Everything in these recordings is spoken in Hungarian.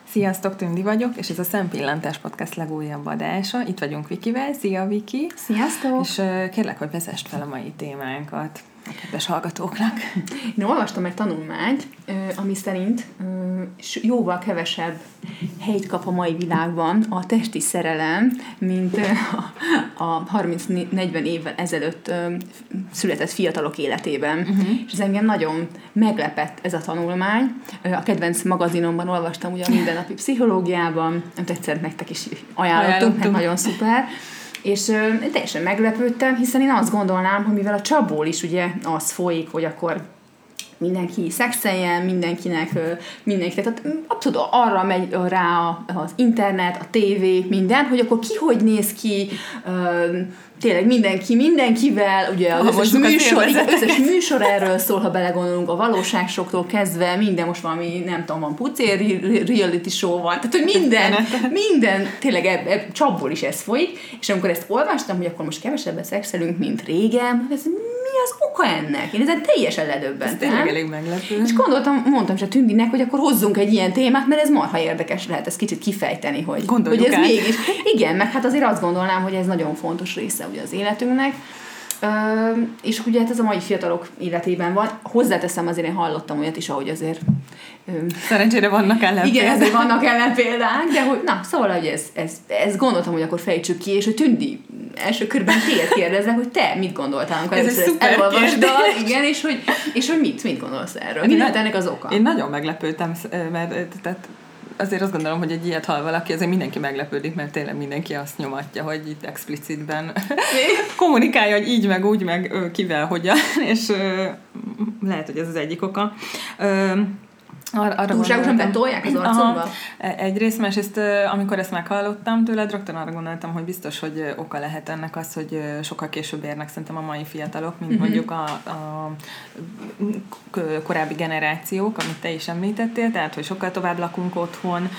Sziasztok, Tündi vagyok, és ez a Szempillantás Podcast legújabb adása. Itt vagyunk Vikivel. Szia, Viki! Sziasztok! És kérlek, hogy vezest fel a mai témánkat a kedves hallgatóknak. Én olvastam egy tanulmányt, ami szerint jóval kevesebb helyt kap a mai világban a testi szerelem, mint a 30-40 évvel ezelőtt született fiatalok életében. És ez engem nagyon meglepett ez a tanulmány. A kedvenc magazinomban olvastam, ugye a Mindennapi Pszichológiában, amit egyszer nektek is ajánlottunk, mert nagyon szuper. És teljesen meglepődtem, hiszen én azt gondolnám, hogy mivel a csapból is ugye az folyik, hogy akkor mindenki szexeljen, mindenkinek, tehát abszolút arra megy rá az internet, a tévé, minden, hogy akkor ki hogy néz ki, tényleg mindenkivel, ugye az összes műsor erről szól, ha belegondolunk, a valóságsoktól kezdve, minden most valami, nem tudom, van pucér, reality show van, tehát hogy minden tényleg csapból is ez folyik, és amikor ezt olvastam, hogy akkor most kevesebbet szexelünk, mint régen, ez mi az oka ennek? Én ezen teljesen ledöbbentem. Ez tényleg elég meglepő. És mondtam is a Tündinek, hogy akkor hozzunk egy ilyen témát, mert ez marha érdekes lehet ezt kicsit kifejteni, hogy ez át. Mégis. Igen, meg hát azért azt gondolnám, hogy ez nagyon fontos része ugye az életünknek. És ugye hát ez a mai fiatalok életében van. Hozzáteszem, azért én hallottam olyat is, ahogy azért... Szerencsére vannak ellenpéldák. Igen, ezért vannak ellenpéldák, de hogy na, hogy ezt gondoltam, hogy akkor fejtsük ki, és hogy Tündi, első körben téged kérdezlek, hogy te mit gondoltál, amikor először ezt elolvastad, igen, és hogy mit gondolsz erről? Mi lehet ennek az oka? Én nagyon meglepődtem, mert tehát azért azt gondolom, hogy egy ilyet hall valaki, azért mindenki meglepődik, mert tényleg mindenki azt nyomatja, hogy itt explicitben kommunikálja, hogy így meg, úgy meg, kivel, hogyan, és lehet, hogy ez az egyik oka. Túlságosan betolják az arcomba? Egyrészt, másrészt amikor ezt meghallottam tőled, rögtön arra gondoltam, hogy biztos, hogy oka lehet ennek az, hogy sokkal később érnek szerintem a mai fiatalok, mint mondjuk a korábbi generációk, amit te is említettél, tehát, hogy sokkal tovább lakunk otthon,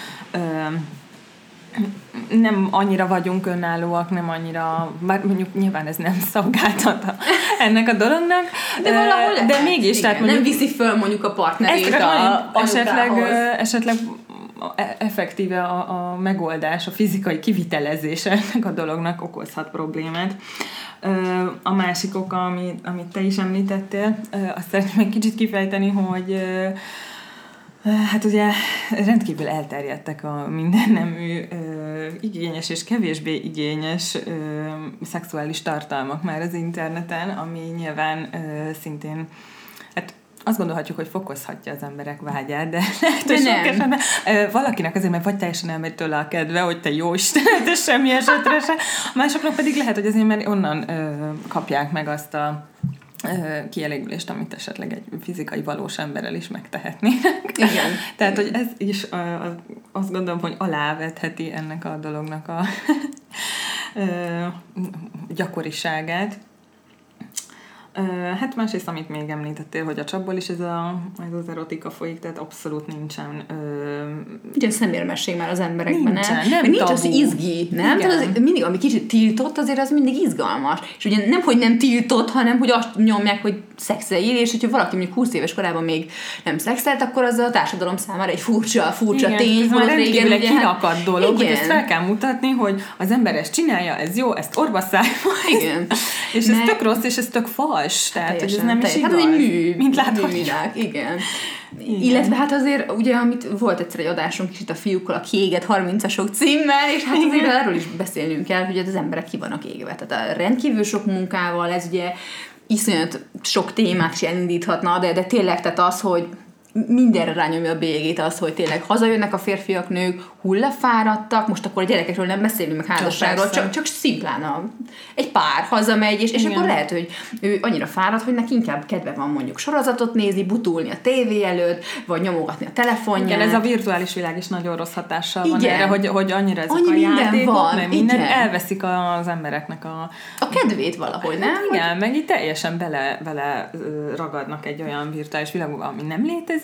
nem annyira vagyunk önállóak, nem annyira, bár mondjuk nyilván ez nem szolgáltat ennek a dolognak, de mégis, tehát mondjuk, nem viszi föl mondjuk a partnerét esetleg effektíve a megoldás, a fizikai kivitelezése ennek a dolognak okozhat problémát. A másik oka, amit te is említettél, azt szeretném egy kicsit kifejteni, hogy hát ugye rendkívül elterjedtek a mindennemű igényes és kevésbé igényes szexuális tartalmak már az interneten, ami nyilván szintén, hát azt gondolhatjuk, hogy fokozhatja az emberek vágyát, de lehet, hogy valakinek azért, mert vagy teljesen elmegy tőle a kedve, hogy te jó Istenet, és semmi esetre se. A másoknak pedig lehet, hogy azért, mert onnan kapják meg azt a kielégülést, amit esetleg egy fizikai valós emberrel is megtehetnének. Igen. Tehát, hogy ez is azt gondolom, hogy alávetheti ennek a dolognak a gyakoriságát. Hát másrészt, amit még említettél, hogy a csapból is ez az erotika folyik, tehát abszolút nincsen... Ugye szemérmesség már az emberekben, nem nincs az izgi, nem? Tehát az, mindig, ami kicsit tiltott, azért az mindig izgalmas. És ugye nem, hogy nem tiltott, hanem, hogy azt nyomják, hogy szexeljél, és hogyha valaki mondjuk 20 éves korában még nem szexelt, akkor az a társadalom számára egy furcsa tény. Ez már rendkívül egy kirakadt dolog, hogy ezt fel kell mutatni, hogy az ember ezt csinálja, ez jó, ezt orbaszájba. Igen. És ez tök rossz, és ez tök fals. Tehát, hogy ez nem is igaz. Hát egy mű. Mint láthatjuk. Igen. Illetve hát azért, ugye, amit volt egyszer egy adásunk is itt a fiúkkal, a Kiégett 30-asok címmel, és hát azért erről is beszélnünk kell, hogy az emberek ki vannak égve. Tehát a rendkívül sok munkával, ez ugye iszonyat sok témát is elindíthatna, de tényleg tehát az, hogy mindenre rányomja a bélyegét az, hogy tényleg hazajönnek a férfiak, nők, hullafáradtak, most akkor a gyerekekről nem beszélünk, meg házasságról, csak szimplán egy pár hazamegy, és akkor lehet, hogy ő annyira fáradt, hogy neki inkább kedve van mondjuk sorozatot nézni, butulni a tévé előtt, vagy nyomogatni a telefonját. Igen, ez a virtuális világ is nagyon rossz hatással van erre, hogy annyira ezek a játékok, mert minden elveszik az embereknek a kedvét valahogy, nem? Igen, meg így teljesen bele ragadnak egy olyan virtuális világba, ami nem létezik,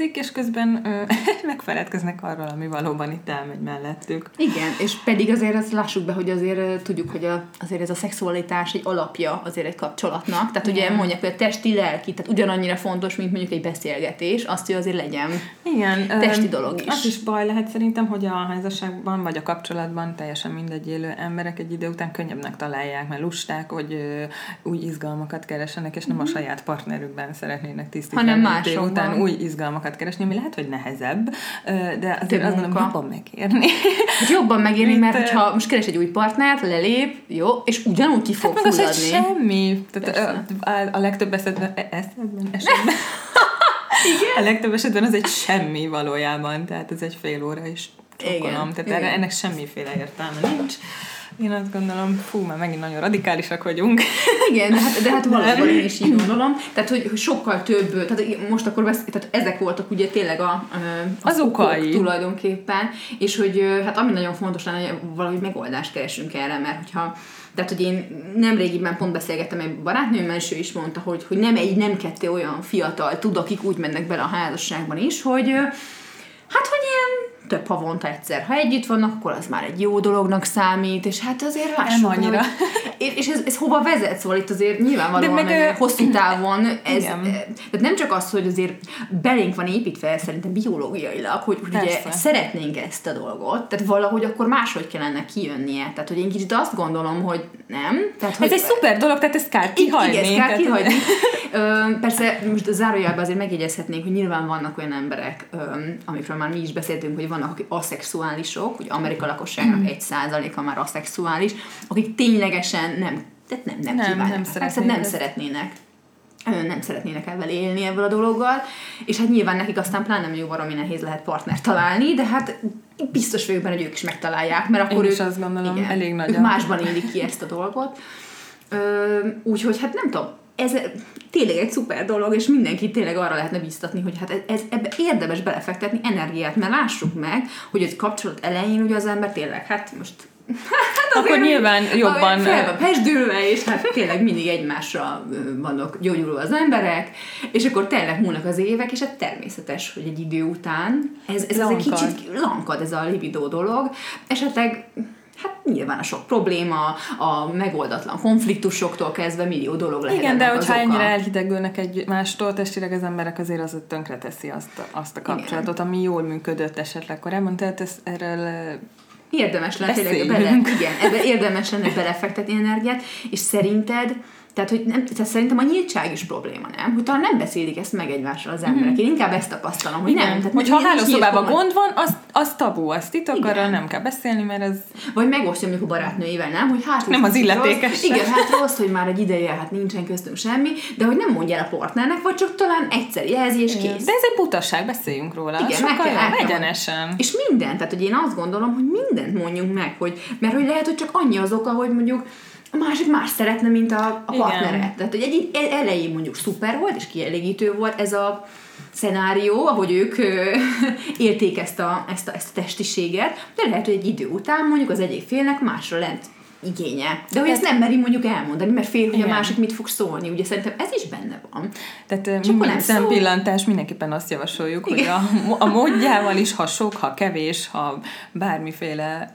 élvezik, és közben megfeledkeznek arról, ami valóban itt elmegy mellettük. Igen, és pedig azért azt lássuk be, hogy azért tudjuk, hogy azért ez a szexualitás egy alapja azért egy kapcsolatnak. Tehát ugye mondják, hogy a testi, lelki, tehát ugyanannyira fontos, mint mondjuk egy beszélgetés, azt, hogy azért legyen testi dolog is. Az is baj lehet szerintem, hogy a házasságban vagy a kapcsolatban teljesen mindegy élő emberek egy idő után könnyebbnek találják, mert lusták, hogy új izgalmakat keresenek, és nem a saját partnerükben szeretnének tisztítani. Hanem másokban. Után új izgalmakat keresni, ami lehet, hogy nehezebb, de azért azt gondolom, jobban megérni. Hát jobban megérni, mert hogyha most keres egy új partnert, lelép, jó, és ugyanúgy ki fog fulladni. Hát semmi. Tehát a legtöbb esetben a legtöbb esetben az egy semmi valójában, tehát ez egy fél óra is csokkolom. Tehát ennek semmiféle értelme nincs. Én azt gondolom, már megint nagyon radikálisak vagyunk. Igen, de hát valóban én is így gondolom. Tehát, hogy sokkal több, tehát most akkor tehát ezek voltak ugye tényleg az okai tulajdonképpen, és hogy hát ami nagyon fontos lenne, hogy valahogy megoldást keresünk erre, mert hogyha tehát, hogy én nemrégiben pont beszélgettem egy barátnőmmel, és ő is mondta, hogy nem kettő olyan fiatal tud, akik úgy mennek bele a házasságban is, hogy hát, hogy ilyen több havonta egyszer. Ha együtt vannak, akkor az már egy jó dolognak számít, és hát azért lássuk, nem annyira. És ez hova vezet? Szóval itt azért nyilvánvalóan meg hosszú távon ez, tehát nem csak az, hogy azért belénk van építve szerintem biológiailag, hogy ugye szeretnénk ezt a dolgot, tehát valahogy akkor máshogy kellene kijönnie. Tehát, hogy én kicsit azt gondolom, hogy nem. Tehát, ez egy szuper dolog, tehát ezt kár kihagyni. Igen, ezt kár kihagyni. Persze most zárójelben azért megjegyezhetnénk, hogy nyilván vannak olyan emberek, amikről már mi is beszéltünk, hogy vannak, akik aszexuálisok, hogy Amerika lakosságnak 1%-a már aszexuális, akik ténylegesen nem szeretnének ebben élni ebből a dologgal, és hát nyilván nekik aztán pláne nem jó baromi nehéz lehet partnert találni, de hát biztos vagyok benne, hogy ők is megtalálják, mert akkor én is azt gondolom, elég nagy. Ők másban élik ki ezt a dolgot. Úgyhogy hát nem tudom, ez tényleg egy szuper dolog, és mindenki tényleg arra lehetne biztatni, hogy hát ebbe érdemes belefektetni energiát, mert lássuk meg, hogy egy kapcsolat elején ugye az ember tényleg, hát most akkor nyilván jobban fel van pesdülve, és hát tényleg mindig egymásra vannak gyógyulva az emberek, és akkor tényleg múlnak az évek, és hát természetes, hogy egy idő után ez egy kicsit lankad ez a libidó dolog, esetleg hát nyilván a sok probléma, a megoldatlan konfliktusoktól kezdve millió dolog lehet. Igen, de hogyha ennyire elhidegülnek egymástól, testileg az emberek azért az tönkreteszi azt a kapcsolatot, ami jól működött esetleg korábban, tehát erről érdemes lenne ebbe érdemes lenne belefektetni energiát, és szerinted, tehát szerintem a nyíltság is probléma, nem? Hogy talán nem beszélik ezt meg egymással az emberek. Én inkább ezt tapasztalom, hogy nem. Tehát hogyha a hálószobában gond van, az tabu, az titok, arra nem kell beszélni, mert ez... Vagy megosztja mondjuk a barátnőivel, nem? Hogy hát nem az illetékes. Igen, hát rossz, hogy már egy ideje, hát nincsen köztünk semmi, de hogy nem mondja el a partnernek, vagy csak talán egyszer jelzi, és kész. De ez egy butaság, beszéljünk róla. Igen, meg kell egyenesen. És minden, tehát hogy én azt gondolom, hogy mindent mondjunk meg, mert hogy lehet, hogy csak annyi az oka, hogy mondjuk a másik más szeretne, mint a partnere. Tehát, hogy egy elején mondjuk szuper volt, és kielégítő volt ez a szenárió, ahogy ők élték ezt a testiséget, de lehet, hogy egy idő után mondjuk az egyik félnek másra lent igénye. De hogy ezt nem meri mondjuk elmondani, mert fél, hogy a másik mit fog szólni. Ugye szerintem ez is benne van. Tehát minden szempillantás mindenképpen azt javasoljuk, hogy a módjával is, ha sok, ha kevés, ha bármiféle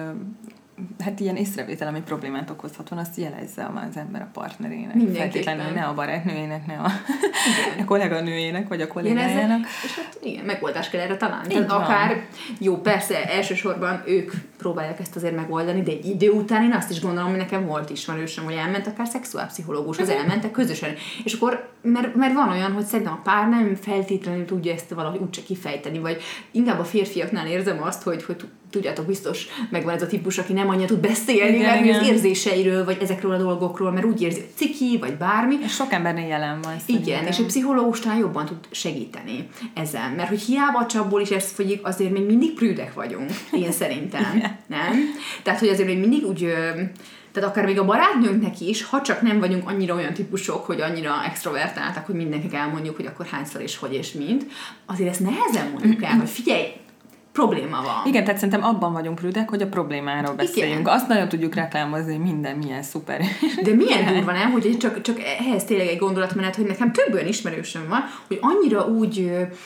hát ilyen észrevétel, ami problémát okozhat van, azt jelezze az ember a partnerének. Feltétlenül ne a barátnőjének, ne a kolléganőjének, vagy a kollégájának. És hát igen, megoldást kell erre találni. Tehát akár, jó, persze, elsősorban ők próbálják ezt azért megoldani, de egy idő után én azt is gondolom, hogy nekem volt ismerősöm, hogy elment akár szexuálpszichológushoz, elmentek közösen. És akkor, mert van olyan, hogy szerintem a pár nem feltétlenül tudja ezt valahogy úgyse kifejteni, vagy inkább a férfiaknál érzem azt, hogy tudjátok, biztos megvan ez a típus, aki nem annyira tud beszélni, mert az érzéseiről, vagy ezekről a dolgokról, mert úgy érzi, hogy ciki, vagy bármi. És sok embernél jelen van. Igen, és egy pszichológusnál jobban tud segíteni ezen. Mert hogy hiába a csapból is ezt folyik, azért még mindig prűdek vagyunk, én szerintem. Nem? Tehát, hogy azért még mindig úgy... Tehát akár még a barátnőnknek is, ha csak nem vagyunk annyira olyan típusok, hogy annyira extrovertáltak, hogy mindenkinek elmondjuk, hogy akkor hányszor és hogy és mint, azért ezt nehezen mondjuk el, hogy figyelj, probléma van. Igen, tehát szerintem abban vagyunk prűdek, hogy a problémáról beszéljünk. Igen. Azt nagyon tudjuk reklámozni, hogy minden milyen szuper. De milyen durva, nem? Hogy csak ehhez tényleg egy gondolatmenet, hogy nekem több olyan ismerősöm van, hogy annyira úgy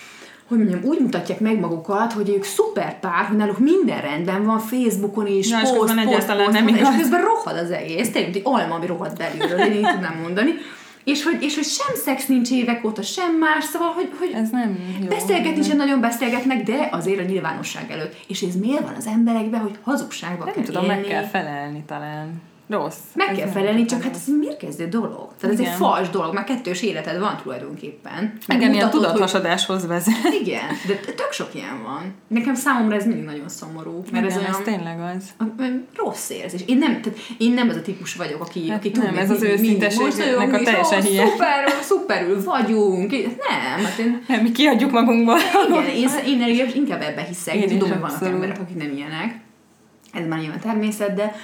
hogy mondjam, úgy mutatják meg magukat, hogy ők szuper pár, hogy náluk minden rendben van, Facebookon is, ja, poszt, és közben rohad az egész, tényleg, hogy alma, ami rohad belülről, én így tudnám mondani. És hogy sem szex nincs évek óta, sem más, szóval, hogy ez nem jó. Beszélgetni sem nagyon beszélgetnek, de azért a nyilvánosság előtt. És ez miért van az emberekben, hogy hazugságba nem kell tudom, élni? meg kell felelni talán. Rossz. Meg kell felelni, csak hát ez mérgező dolog. Tehát ez egy fals dolog, már kettős életed van tulajdonképpen. Igen, ilyen tudathasadáshoz vezet. Igen, de tök sok ilyen van. Nekem számomra ez mindig nagyon szomorú. Mert igen, ez olyan, ez tényleg az. Rossz érzés. Én nem az a típus vagyok, aki tud nem, ez az őszinteségnek a teljesen hiány. Szuperül vagyunk. Nem, hát mi kiadjuk magunkból. Igen, én inkább ebbe hiszek. Én tudom, hogy vannak emberek, akik nem ilyenek. Ez már nyilván természet, de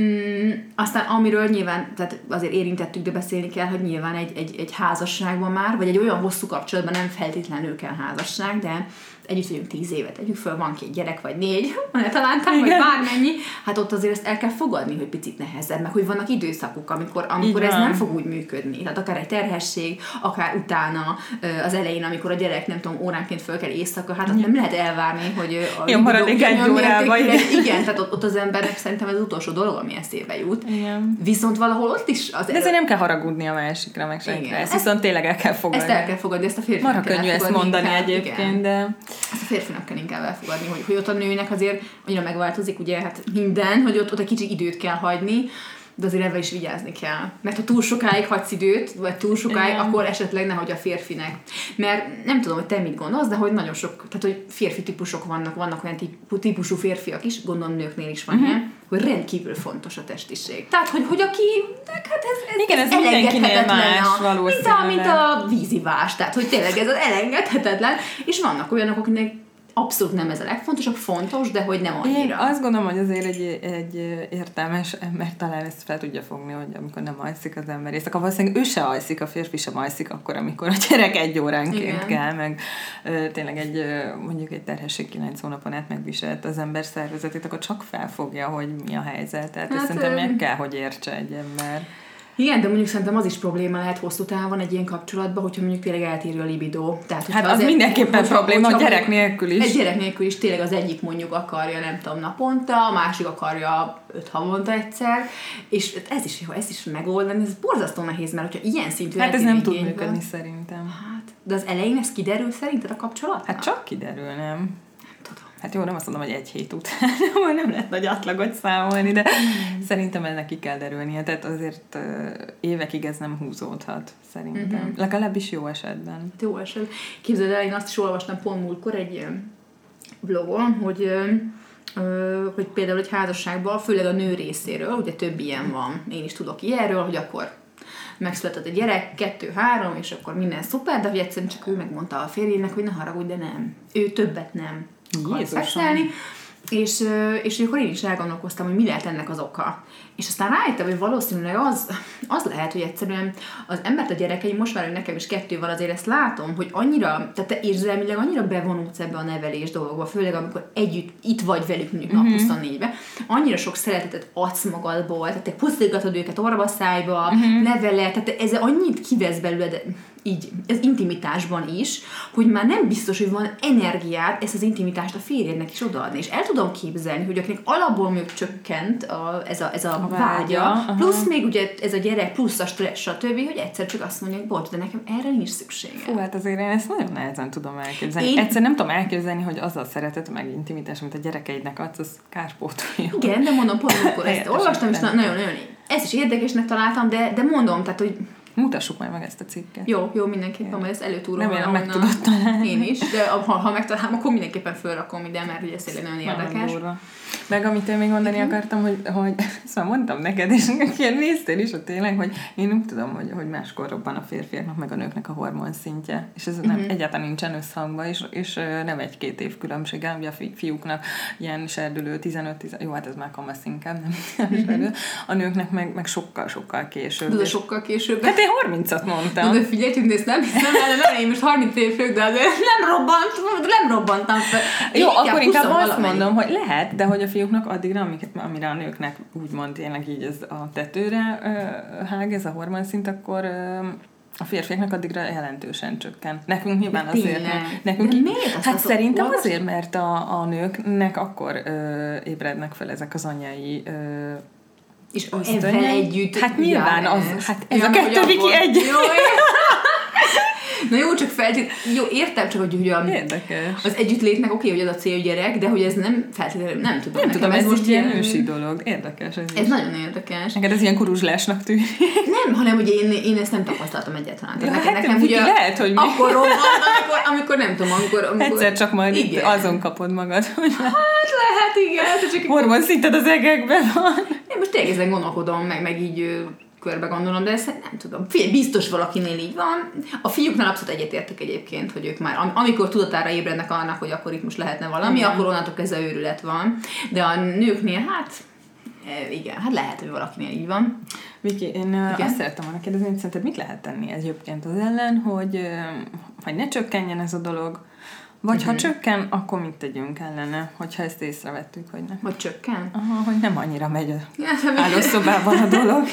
aztán amiről nyilván, tehát azért érintettük, de beszélni kell, hogy nyilván egy házasságban már, vagy egy olyan hosszú kapcsolatban nem feltétlenül kell házasság, de együtt vagyunk 10 évet, tegyük föl, van 2 gyerek, vagy 4, találtam, vagy bármennyi, hát ott azért ezt el kell fogadni, hogy picit nehezebb, meg hogy vannak időszakok, amikor ez nem fog úgy működni. Tehát akár egy terhesség, akár utána az elején, amikor a gyerek, nem tudom, óránként föl kell éjszaka, hát nem lehet elvárni, hogy a maradék egy órába. Igen, tehát ott az embernek szerintem ez az utolsó dolog, ami eszébe jut. Igen. Viszont valahol ott is de ezért nem kell haragudni a másikra, meg senkre. Ezt viszont tényleg el kell fogadni. Ezt el kell fogadni, ezt a férfinak kell elfogadni. Ezt mondani inkább, egyébként, de... Ezt a férfinak kell inkább elfogadni, hogy ott a nőnek azért annyira megváltozik, ugye, hát minden, hogy ott egy kicsi időt kell hagyni, de azért ebben is vigyázni kell. Mert ha túl sokáig hagysz időt, vagy túl sokáig, akkor esetleg nehogy a férfinek. Mert nem tudom, hogy te mit gondolsz, de hogy nagyon sok, tehát hogy férfi típusok vannak olyan típusú férfiak is, gondolom nőknél is van ilyen, hogy rendkívül fontos a testiség. Tehát, hogy aki, hát ez mindenkinél más valószínűleg. Mint a vízivás, tehát hogy tényleg ez az elengedhetetlen, és vannak olyanok, akinek abszolút nem ez a legfontosabb, fontos, de hogy nem annyira. Én azt gondolom, hogy azért egy értelmes ember talán ezt fel tudja fogni, hogy amikor nem alszik az ember éjszaka, valószínűleg ő se alszik, a férfi sem alszik akkor, amikor a gyerek 1 óránként kell, meg tényleg mondjuk egy terhesség 9 hónapon át megviselt az ember szervezetét, akkor csak felfogja, hogy mi a helyzet. Tehát hát, szerintem meg kell, hogy értse egy ember. Igen, de mondjuk szerintem az is probléma lehet hosszú távon egy ilyen kapcsolatban, hogyha mondjuk tényleg eltérő a libidó. Tehát, hát az mindenképpen probléma, a gyerek nélkül is. Egy gyerek nélkül is tényleg az egyik mondjuk akarja, nem tudom, naponta, a másik akarja 5 havonta egyszer, és ez is megoldani, ez borzasztó nehéz, mert hogyha ilyen szintű hát ez nem tud működni szerintem. Hát, de az elején ez kiderül szerinted a kapcsolat? Hát csak kiderül, nem? Hát jó, nem azt mondom, hogy 1 hét után, hogy nem lehet nagy átlagot számolni, de szerintem ennek ki kell derülnie. Tehát azért évekig ez nem húzódhat, szerintem. Legalábbis jó esetben. Jó esetben. Képzeld el, én azt is olvastam pont múltkor egy blogon, hogy például egy házasságban, főleg a nő részéről, ugye több ilyen van, én is tudok ilyenről, hogy akkor megszületett a gyerek, 2-3, és akkor minden szuper, de hogy egyszerűen csak ő megmondta a férjének, hogy ne haragudj, de nem. Ő többet nem akar szexelni, és akkor én is elgondolkoztam, hogy mi lehet ennek az oka. És aztán rájöttem, hogy valószínűleg az lehet, hogy egyszerűen az embert a gyerekeim, most már, hogy nekem is 2 van, azért ezt látom, hogy annyira, tehát te érzelmileg annyira bevonulsz ebbe a nevelés dolgokba, főleg amikor együtt itt vagy velük mondjuk nap 24-ben, annyira sok szeretetet adsz magadból, tehát te puszilgatod őket orba szájba, neveled, tehát ez annyit kivesz belőled, így, ez intimitásban is, hogy már nem biztos, hogy van energiád ezt az intimitást a férjednek is odaadni. És el tudom képzelni, hogy akinek alapból még csökkent ez a vágya, plusz még ugye ez a gyerek, plusz a stressz, stb., hogy egyszer csak azt mondja, hogy bocs, de nekem erre nincs szüksége. Fú, hát azért én ezt nagyon nehezen tudom elképzelni. Egyszer nem tudom elképzelni, hogy az a szeretet, meg intimitás, amit a gyerekeidnek adsz, az kárpótolja. Igen, de mondom, pont amikor ezt olvastam, és nagyon-nagyon ezt is érdekesnek találtam, de mondom, tehát, hogy mutassuk majd meg ezt a cikket. Jó, mindenképpen, majd ezt előtúrom. Remélem meg tudod találni. Én is, de ha megtalálom, akkor mindenképpen fölrakom ide, mert ugye ez tényleg nagyon érdekes. Meg amit én még mondani akartam, hogy ezt már mondtam neked, és ilyen néztél is, hogy tényleg, hogy én úgy tudom, hogy máskor robban a férfiaknak, meg a nőknek a hormonszintje, és ez nem, egyáltalán nincsen összhangban, és nem 1-2 év különbséggel, ugye a fiúknak ilyen serdülő 15, jó, hát ez már kamasz inkább, nem serdülő, a nőknek meg sokkal később. De sokkal később. Hát én 30-at mondtam. De figyelj, de ezt nem hiszem el, én most 30 évfők, de azért nem robbantam fel. Jó, akkor inkább azt mondom, hogy lehet, de hogy a fiúknak addigra, amire a nőknek úgymond tényleg így ez a tetőre hág, ez a hormonszint, akkor A férfiaknak addigra jelentősen csökken. Nekünk nyilván azért, nekünk hát szerintem azért, mert a nőknek akkor ébrednek fel ezek az anyai és ezzel együtt... Hát nyilván hát ez a kettő Viki egy. Na jó, csak jó, értem csak, hogy az együttlétnek oké, hogy az a célgyerek, de hogy ez nem feltétlenül, nem tudom. Nem tudom, ez most ilyen ősi dolog. Érdekes ez is. Nagyon érdekes. Neked ez ilyen kuruzslásnak tűnik. Nem, hanem ugye én ezt nem tapasztaltam egyáltalán. Ja, nekem ugye lehet, hogy akkor robban, amikor nem tudom, amikor egyszer csak majd itt azon kapod magad, hogy hát lehet, igen. Hormonszinted az egekben van. Én most tényleg ezen gondolkodom, meg így körbe gondolom, de ezt nem tudom. Figyelj, biztos valakinél így van. A fiúknál abszolút egyetértek egyébként, hogy ők már, amikor tudatára ébrednek annak, hogy akkor itt most lehetne valami, igen, akkor onnantól kezdve őrület van. De a nőknél, hát igen, hát lehet, hogy valakinél így van. Viki, én azt szerettem volna kérdezni, hogy szerinted mit lehet tenni egyébként az ellen, hogy ne csökkenjen ez a dolog, vagy ha csökken, akkor mit tegyünk ellene, hogyha ezt észrevettük, hogy nem. Hogy csökken? Aha, hogy nem annyira megy a hálószobában a dolog.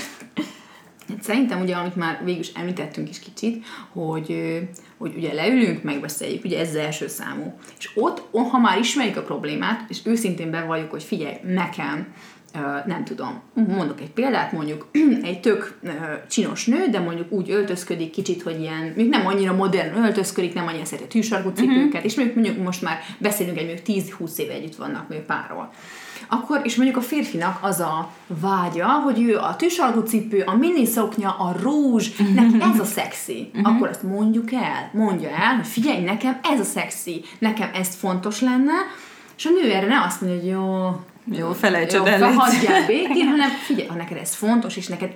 Szerintem ugye, amit már végül is említettünk is kicsit, hogy ugye leülünk, megbeszéljük, ugye ez az első számú. És ott, ha már ismerjük a problémát, és őszintén bevalljuk, hogy figyelj, nekem, nem tudom, mondok egy példát, mondjuk egy tök csinos nő, de mondjuk úgy öltözködik kicsit, hogy ilyen, mondjuk nem annyira modern öltözködik, nem annyira szereti a tűsarkú cipőket, és mondjuk most már beszélünk egy mondjuk 10-20 éve együtt vannak mondjuk párról. Akkor, és mondjuk a férfinak az a vágya, hogy ő a tűsalgú cipő, a miniszoknya, a rúzs, neki ez a szexi. Akkor azt mondja el, hogy figyelj, nekem ez a szexi, nekem ez fontos lenne, és a nő erre ne azt mondja, hogy jó, felejtsed el. Hagyjál békén, hanem figyelj, ha neked ez fontos, és neked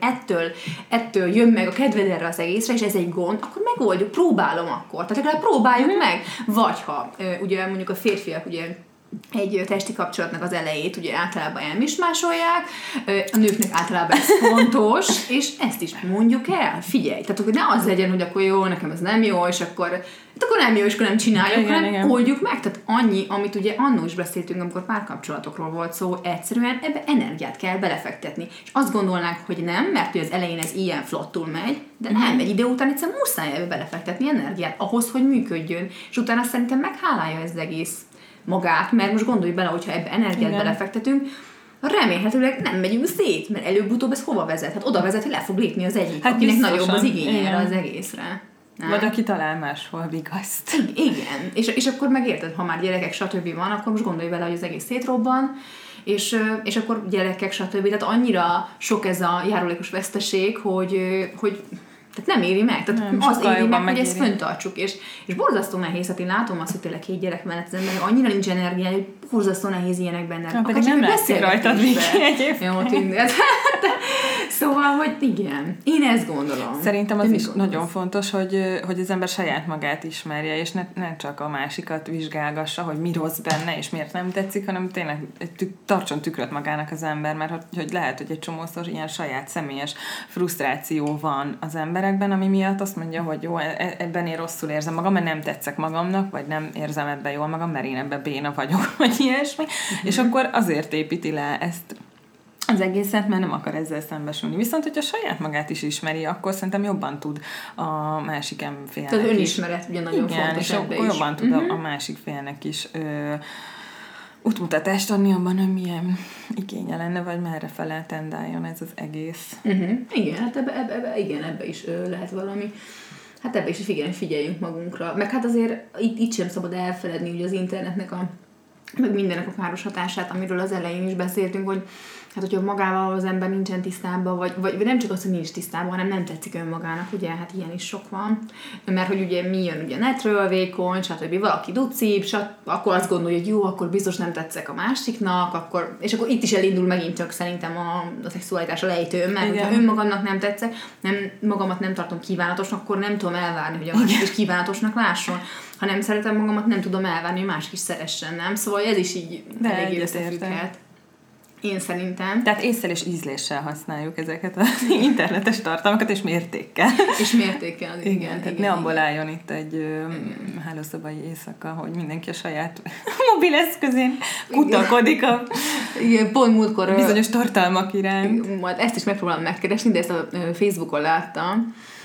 ettől jön meg a kedved erre az egészre, és ez egy gond, akkor megoldjuk, próbálom akkor. Tehát legalább próbáljuk meg. Vagy ha ugye mondjuk a férfiak ugye egy testi kapcsolatnak az elejét ugye általában elmismásolják, a nőknek általában ez fontos, és ezt is mondjuk el, figyelj, tehát akkor ne az legyen, hogy akkor jó, nekem ez nem jó, és akkor nem jó, és akkor nem csináljuk, hanem oldjuk meg, tehát annyi, amit ugye annól is beszéltünk, amikor párkapcsolatokról volt szó, egyszerűen ebbe energiát kell belefektetni, és azt gondolnánk, hogy nem, mert hogy az elején ez ilyen flottul megy, de nem, egy idő után egyszerűen muszáj ebbe belefektetni energiát ahhoz, hogy működjön, és utána szerintem meghálálja ez az egész magát, mert most gondolj bele, hogyha ebbe energiát belefektetünk, remélhetőleg nem megyünk szét, mert előbb-utóbb ez hova vezet? Hát oda vezet, hogy le fog lépni az egyik, akinek nagyobb az igénye az egészre. Nem? Vagy aki talál máshol vigaszt. Igen, és akkor megérted, ha már gyerekek stb. Van, akkor most gondolj bele, hogy az egész szétrobban, és akkor gyerekek stb. Tehát annyira sok ez a járulékos veszteség, hogy tehát nem éri meg, tehát nem, az éri meg, hogy ezt föntartsuk, és borzasztó nehéz, hát én látom azt, hogy tényleg 2 gyerek mellett az ember, annyira nincs energia, hogy borzasztó nehéz ilyenek benne. Na, pedig nem látszik rajtad, Viki, egyébként. Jó, tűnhet. Szóval, hogy igen, én ezt gondolom. Szerintem az is nagyon fontos, hogy az ember saját magát ismerje, és ne csak a másikat vizsgálgassa, hogy mi rossz benne, és miért nem tetszik, hanem tényleg tartson tükröt magának az ember, mert hogy lehet, hogy egy csomószor ilyen saját személyes frusztráció van az emberekben, ami miatt azt mondja, hogy jó, ebben én rosszul érzem magam, mert nem tetszek magamnak, vagy nem érzem ebben jól magam, mert én ebben béna vagyok, vagy ilyesmi, és akkor azért építi le ezt az egészet, mert nem akar ezzel szembesülni. Viszont, hogyha saját magát is ismeri, akkor szerintem jobban tud a másik félnek is. Tehát önismeret ugye nagyon fontos ebbe is. Jobban tud a másik félnek is útmutatást adni abban, hogy milyen igénye lenne, vagy merre fele tendáljon ez az egész. Igen, hát ebbe is lehet valami. Hát ebbe is figyeljünk magunkra. Meg hát azért itt sem szabad elfeledni ugye az internetnek meg mindennek a káros hatását, amiről az elején is beszéltünk, hogy hát, hogyha magával az ember nincsen tisztában, vagy nem csak az, hogy nincs tisztában, hanem nem tetszik önmagának, ugye, hát ilyen is sok van. Mert hogy ugye mi jön ugye netről, vékony, stb. Valaki ducib, akkor azt gondolja, hogy jó, akkor biztos nem tetszek a másiknak, és akkor itt is elindul megint csak szerintem a szexualitás a lejtő, mert hogyha önmagamnak nem tetszek, magamat nem tartom kívánatosnak, akkor nem tudom elvárni, hogy a másik is kívánatosnak lásson. Ha nem szeretem magamat, nem tudom elvárni, hogy másik is szeressen, nem? Szóval ez is így eléggé összefügghet. Én szerintem. Tehát ésszel és ízléssel használjuk ezeket az internetes tartalmakat, és mértékkel. És mértékkel, igen. Tehát ne abból álljon itt egy hálószobai éjszaka, hogy mindenki a saját mobileszközén kutakodik igen, pont múltkor bizonyos tartalmak iránt. Majd ezt is megpróbálom megkeresni, de ezt a Facebookon láttam,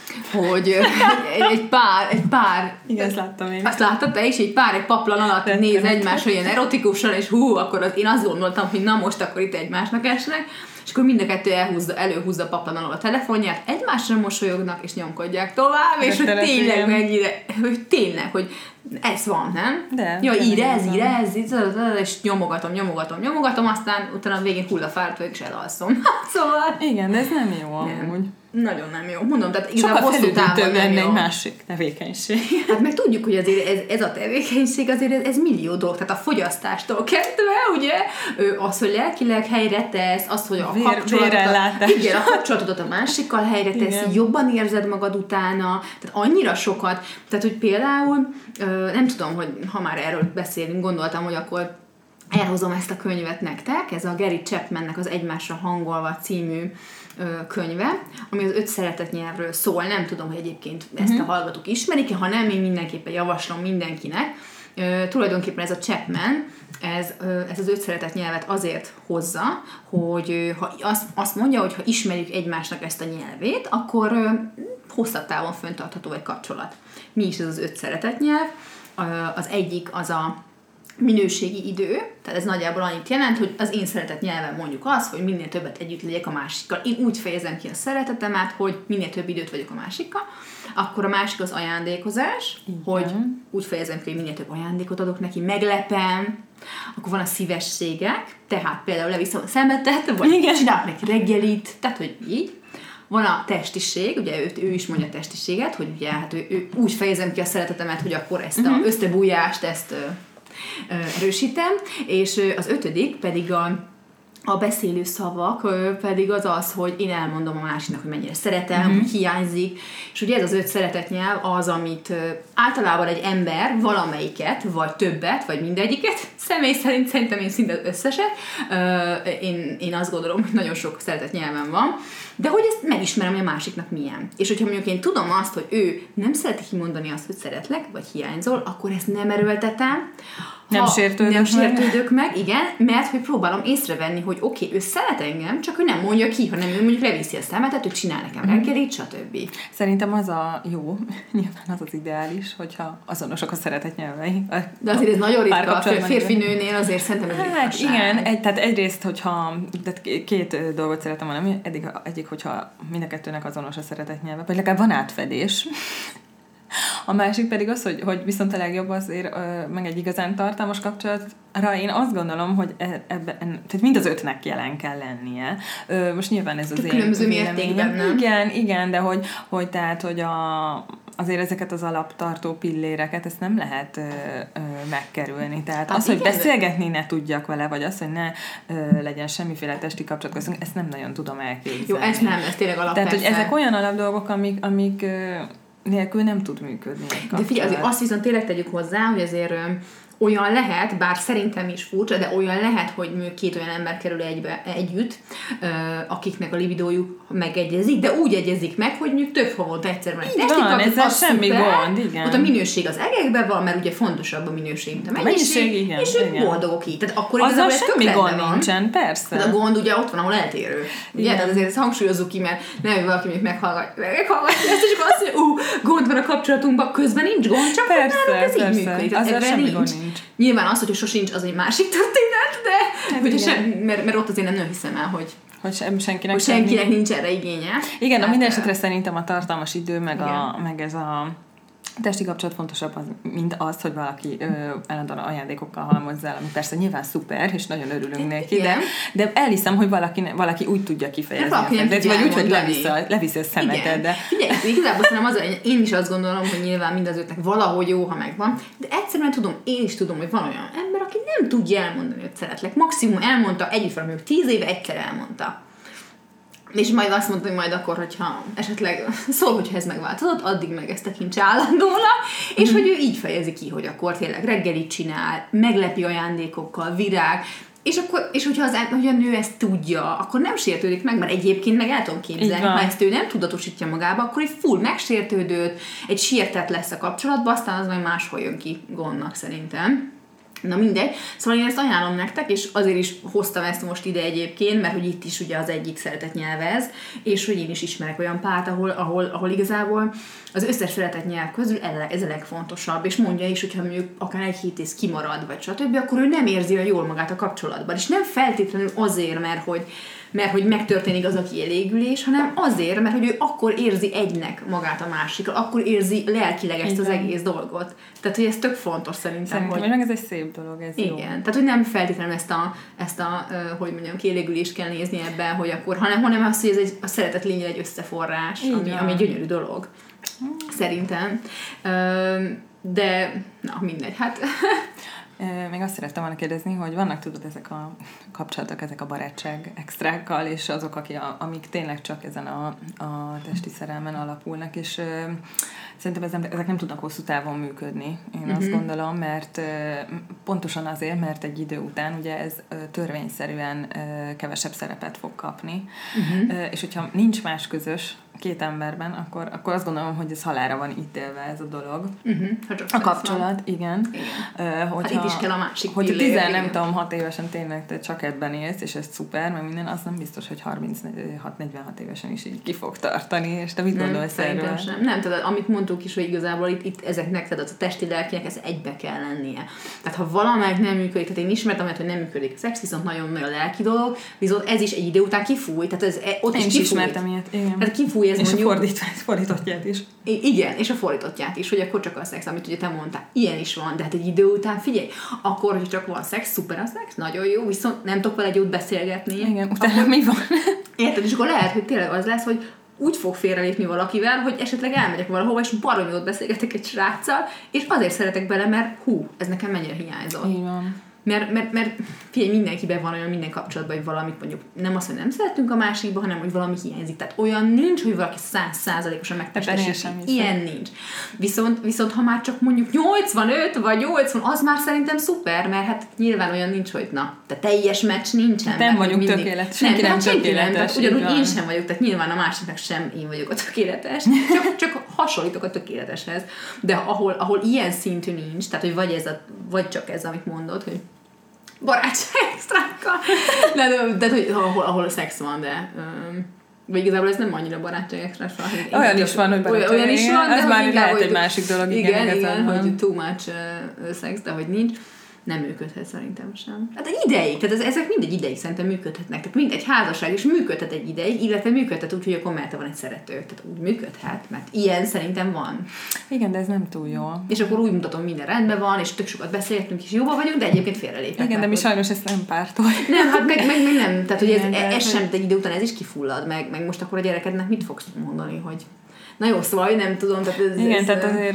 hogy egy pár igen, ezt láttam én. Azt láttad te is, egy paplan alatt néz egymásra ilyen erotikusan, és én azt gondoltam, hogy na most akkor itt egymásnak esnek, és akkor mind a kettő előhúzza paplan alól a telefonját, egymásra mosolyognak, és nyomkodják tovább, és hogy tényleg mennyire, hogy ez van, nem? De. Ja, ír ez, és nyomogatom, aztán utána a végén hullafáradt vagyok, és elalszom. Szóval... Igen, de ez nem jó amúgy. Nagyon nem jó. Mondom, tehát igazából hosszú távon nem jó. Egy másik tevékenység. Hát meg tudjuk, hogy azért ez a tevékenység azért ez millió dolog, tehát a fogyasztástól kezdve, ugye, az, hogy lelkileg helyre tesz, az, hogy a kapcsolatodat a másikkal helyre tesz, jobban érzed magad utána, tehát annyira sokat, tehát, hogy például, nem tudom, hogy ha már erről beszélünk, gondoltam, hogy akkor elhozom ezt a könyvet nektek, ez a Gary Chapmannek az Egymásra hangolva című könyve, ami az 5 szeretetnyelvről szól. Nem tudom, hogy egyébként ezt a hallgatók ismerik-e, ha nem, én mindenképpen javaslom mindenkinek. Tulajdonképpen ez a Chapman, ez az 5 szeretetnyelvet azért hozza, hogy ha azt mondja, hogy ha ismerjük egymásnak ezt a nyelvét, akkor hosszabb távon fenntartható egy kapcsolat. Mi is ez az 5 szeretetnyelv? Az egyik az a minőségi idő, tehát ez nagyjából annyit jelent, hogy az én szeretett nyelvem mondjuk az, hogy minél többet együtt legyek a másikkal. Én úgy fejezem ki a szeretetemet, hogy minél több időt vagyok a másikkal. Akkor a másik az ajándékozás, hogy úgy fejezem ki, hogy minél több ajándékot adok neki, meglepem. Akkor van a szívességek, tehát például leviszem a szemetet, vagy csinálok neki reggelit, tehát hogy így. Van a testiség, ugye ő is mondja a testiséget, hogy ugye hát ő úgy fejezem ki a szeretetemet, hogy akkor ezt a összebújást, ezt erősítem, és az 5. pedig a beszélő szavak pedig az, hogy én elmondom a másiknak, hogy mennyire szeretem, hogy hiányzik, és ugye ez az 5 szeretetnyelv az, amit általában egy ember valamelyiket, vagy többet, vagy mindegyiket, személy szerint szerintem én szinte összeset, én azt gondolom, hogy nagyon sok szeretetnyelvem van, de hogy ezt megismerem, hogy a másiknak milyen. És hogyha mondjuk én tudom azt, hogy ő nem szereti kimondani azt, hogy szeretlek, vagy hiányzol, akkor ezt nem erőltetem, nem sértődök meg, igen, mert hogy próbálom észrevenni, hogy oké, ő szeret engem, csak ő nem mondja ki, hanem ő mondjuk leviszi a szemetet, hogy csinál nekem reggelit, stb. Szerintem az a jó, nyilván az az ideális, hogyha azonosak a szeretetnyelvei. De azért ez nagyon ritka, a férfi-nőnél azért szerintem ez ritkaság. Igen, tehát egyrészt, hogyha tehát 2 dolgot szeretem mondani, egyik, hogyha mind a kettőnek azonos a szeretetnyelve, vagy legalább van átfedés. A másik pedig az, hogy viszont a legjobb azért, meg egy igazán tartalmas kapcsolatra én azt gondolom, hogy tehát mind az 5-nek jelen kell lennie. Most nyilván ez az én véleményem. Igen, de hogy azért ezeket az alaptartó pilléreket, ezt nem lehet megkerülni. Tehát az, hogy beszélgetni ne tudjak vele, vagy az, hogy ne legyen semmiféle testi kapcsolat köztünk, ezt nem nagyon tudom elképzelni. Jó, ez tényleg alap. Tehát, hogy ezek olyan alapdolgok, amik nélkül nem tud működni. De figyelj, azért azt viszont tényleg tegyük hozzá, hogy azért olyan lehet, bár szerintem is furcsa, de olyan lehet, hogy 2 olyan ember kerül együtt, akiknek a libidójuk megegyezik, de úgy egyezik meg, hogy mondjuk több havonta egyszer van egy testi kapcsolat, ezzel semmi gond, igen. Ott a minőség az egekben van, mert ugye fontosabb a minőség, mint a mennyiség, igen, és ők boldogok így. Tehát akkor azzal semmi gond nincsen, persze. De a gond ugye ott van, ahol eltérő. Ugye? Tehát azért ezt hangsúlyozzuk ki, mert nem, hogy valaki még meghallgatja ezt, és akkor azt mondja, gond van a kapcsolatunkban, közben nincs gond, csak persze, ez így működik. Azzal semmi gond nincs. Nyilván az, hogy sosincs, az egy másik történet, de mert ott azért nem hiszem el, hogy senkinek nincs erre igénye. Igen, minden esetre szerintem a tartalmas idő, meg ez a testi kapcsolat fontosabb, mint az, hogy valaki állandóan ajándékokkal halmozza el, ami persze nyilván szuper, és nagyon örülünk neki, de elhiszem, hogy valaki úgy tudja kifejezni a szemetet, vagy úgy, hogy leviszi a szemetet. De... Figyelj, igazából szerintem az, hogy én is azt gondolom, hogy nyilván mind az 5-nek valahogy jó, ha megvan, de egyszerűen én is tudom, hogy van olyan ember, aki nem tudja elmondani, hogy szeretlek. Maximum elmondta, együtt van, mondjuk 10 éve egyszer elmondta. És majd azt mondta, hogy majd akkor, hogyha esetleg szól, hogyha ez megváltozott, addig meg ezt tekintse állandónak, és hogy ő így fejezi ki, hogy akkor tényleg reggelit csinál, meglepi ajándékokkal, virág, és hogyha a nő ezt tudja, akkor nem sértődik meg, mert egyébként meg el tudom képzelni, ha ezt ő nem tudatosítja magába, akkor egy full megsértődött, egy sértett lesz a kapcsolatban, aztán az majd máshol jön ki gondnak szerintem. Na mindegy. Szóval én ezt ajánlom nektek, és azért is hoztam ezt most ide egyébként, mert hogy itt is ugye az egyik szeretett nyelv ez, és hogy én is ismerek olyan párt, ahol igazából az összes szeretett nyelv közül ez a legfontosabb, és mondja is, hogyha mondjuk akár egy hétész kimarad, vagy stb., akkor ő nem érzi olyan jól magát a kapcsolatban. És nem feltétlenül azért, mert hogy megtörténik az a kielégülés, hanem azért, mert hogy ő akkor érzi egynek magát a másikkal, akkor érzi lelkileg ezt az egész dolgot. Tehát, hogy ez tök fontos szerintem. Hogy meg ez egy szép dolog, ez igen. jó. Tehát, hogy nem feltétlenül ezt a hogy mondjam, kielégülést kell nézni ebben, hogy akkor, hanem azt, hogy ez a szeretet lényeg egy összeforrás, ami egy gyönyörű dolog. Szerintem. De, na mindegy, hát... Még azt szerettem volna kérdezni, hogy vannak, tudod, ezek a kapcsolatok, ezek a barátság extrákkal, és azok, amik tényleg csak ezen a testi szerelmen alapulnak, és szerintem ezek nem tudnak hosszú távon működni, én azt gondolom, mert pontosan azért, mert egy idő után ugye ez törvényszerűen kevesebb szerepet fog kapni, és hogyha nincs más közös két emberben, akkor azt gondolom, hogy ez halálra van ítélve ez a dolog. A kapcsolat, igen. Hát itt is kell a másik hogy 6 évesen tényleg te csak ebben élsz, és ez szuper, mert minden, az nem biztos, hogy 36-46 évesen is így ki fog tartani, és te mit gondolsz erről? Nem, tehát amit mondtuk is, hogy igazából itt ezeknek, tehát a testi lelkinek ez egybe kell lennie. Tehát ha valamelyik nem működik, tehát én ismertem olyat, hogy nem működik a szex, viszont nagyon-nagyon a lelki dolog, viszont ez is egy idő után kifúj, tehát ez ott is ismertem ilyet, igen. Tehát kifúj ez és mondjuk. És a fordítottját is. Igen, és a fordítottját is, hogy akkor csak a szex, amit ugye te mondtál, ilyen is van, de hát egy idő után figyelj, akkor, hogy csak van szex, szuper a szex, nagyon jó, viszont nem tudok vele egy jót beszélgetni. Igen, utána mi van? Érted, és akkor lehet, hogy tényleg az lesz, hogy úgy fog félrelépni valakivel, hogy esetleg elmegyek valahova, és baromi jót beszélgetek egy sráccal, és azért szeretek bele, mert ez nekem mennyire hiányzott. Így van. Mert figyelj, mindenkiben van olyan minden kapcsolatban, hogy valamit mondjuk nem azt, hogy nem szeretünk a másikba, hanem hogy valami hiányzik. Tehát olyan nincs, hogy valaki 100%-osan megtestesíti. Ilyen nincs. Viszont ha már csak mondjuk 85 vagy 80, az már szerintem szuper, mert hát nyilván olyan nincs, hogy na, te teljes meccs nincsen. Nem vagyunk tökéletes. Senki nem tökéletes. Ugyanúgy én sem vagyok, tehát nyilván a másiknak sem én vagyok a tökéletes. Csak hasonlítok a tökéleteshez. De ahol ilyen szintű nincs, tehát hogy vagy csak ez, amit mondod, hogy barátság extrákkal. De hogy ahol szex van, de... vagy igazából ez nem annyira barátság extra. Olyan is van, hogy barátság. Olyan is van, de ez már lehet egy másik dolog. Igen, hogy too much szex, de hogy nincs. Nem működhet szerintem sem. Hát egy ideig, tehát ezek mindegy ideig szerintem működhetnek. Tehát mindegy házasság is működhet egy ideig, illetve működhet úgy, hogy akkor mellette van egy szerető. Tehát úgy működhet, mert ilyen szerintem van. Igen, de ez nem túl jó. És akkor úgy mutatom, minden rendben van, és tök sokat beszélgetünk, és jóba vagyunk, de egyébként félrelépek. Igen, de mi sajnos ezt nem pártoljuk. Nem, hát meg nem. Tehát, hogy ez sem, egy idő után ez is kifullad, meg most akkor a gyerekednek mit fogsz mondani, hogy na jó, szóval nem tudom. Tehát igen, tehát azért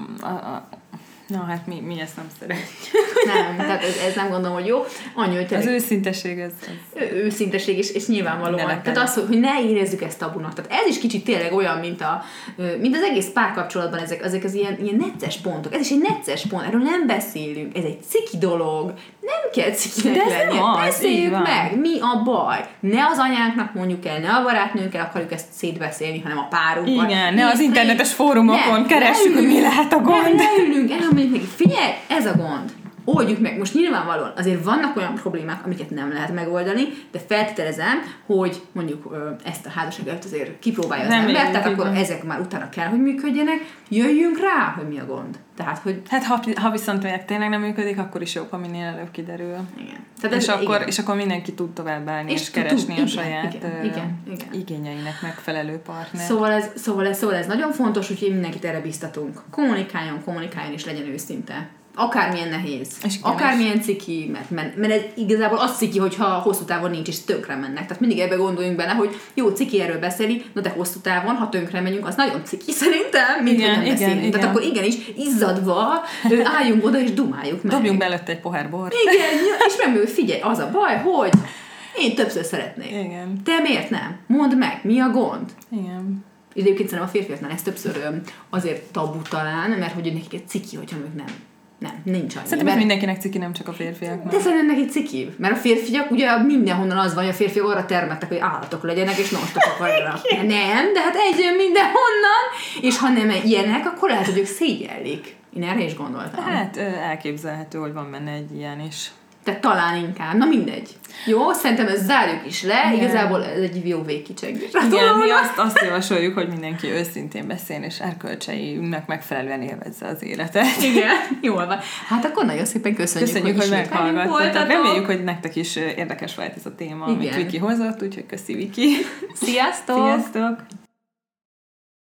na hát mi ezt nem szeretjük. Nem, tehát ez nem gondolom, hogy jó. Annyi, hogy az őszintesség ez. Őszintesség és nyilvánvalóan. Tehát az, hogy ne érezzük ezt tabunak. Tehát ez is kicsit tényleg olyan, mint az egész párkapcsolatban ezek az ilyen necces pontok. Ez is egy necces pont, erről nem beszélünk. Ez egy ciki dolog. Nem kell cikinek lennie. Beszéljük meg, mi a baj. Ne az anyánknak mondjuk el, ne a barátnőnkkel akarjuk ezt szétbeszélni, hanem a párunkban. Igen, ne az internetes fórumokon keressük, hogy mi lehet a gond. Leülünk, elmondjuk neki, figyelj, ez a gond. Oldjuk meg. Most nyilvánvalóan azért vannak olyan problémák, amiket nem lehet megoldani, de feltételezem, hogy mondjuk ezt a házasságot azért kipróbálja az ember, tehát akkor ezek már utána kell, hogy működjenek, jöjjünk rá, hogy mi a gond. Tehát, hogy... Hát ha viszont tényleg nem működik, akkor is jobb, ha minél előbb kiderül. Igen. Tehát és akkor mindenki tud tovább állni és keresni a saját igen. igényeinek megfelelő partnert. Szóval ez nagyon fontos, úgyhogy mindenkit erre biztatunk. Kommunikáljon és legyen őszinte. Akármilyen nehéz, akármilyen ciki, mert ez igazából az ciki, hogyha hosszú távon nincs, és tönkre mennek. Tehát mindig ebbe gondoljunk bele, hogy jó, ciki erről beszéli, no de hosszú távon, ha tönkre megyünk, az nagyon ciki szerintem, mint hogy nem beszélünk. Igen. Tehát akkor igenis, izzadva álljunk oda, és dumáljuk meg. Dobjunk belőtte egy pohár bort. Igen, és megmondjuk, figyelj, az a baj, hogy én többször szeretnék. Igen. Te miért nem? Mondd meg, mi a gond? Igen. És egyébként szerintem a férfiaknál ez többször azért tabu talán, mert hogy nekik egy ciki, hogyha ők nincs annyi. Szerintem mindenkinek ciki, nem csak a férfiaknak. De szerintem neki ciki. Mert a férfiak ugye mindenhonnan az van, hogy a férfiak arra termettek, hogy állatok legyenek, és non-stopok arra. Nem, de hát egy mindenhonnan, és ha nem ilyenek, akkor lehet, hogy ők szégyellik. Én erre is gondoltam. Hát elképzelhető, hogy van benne egy ilyen is. Tehát talán inkább. Na mindegy. Jó, szerintem ezt zárjuk is le. Igen. Igazából ez egy jó végkicsengés. Igen, mi azt javasoljuk, hogy mindenki őszintén beszéljen, és erkölcseinek megfelelően élvezze az életet. Igen, jól van. Hát akkor nagyon szépen köszönjük hogy meghallgattatok. Reméljük, hogy nektek is érdekes volt ez a téma, amit Viki hozott, úgyhogy köszi, Viki. Sziasztok! Sziasztok!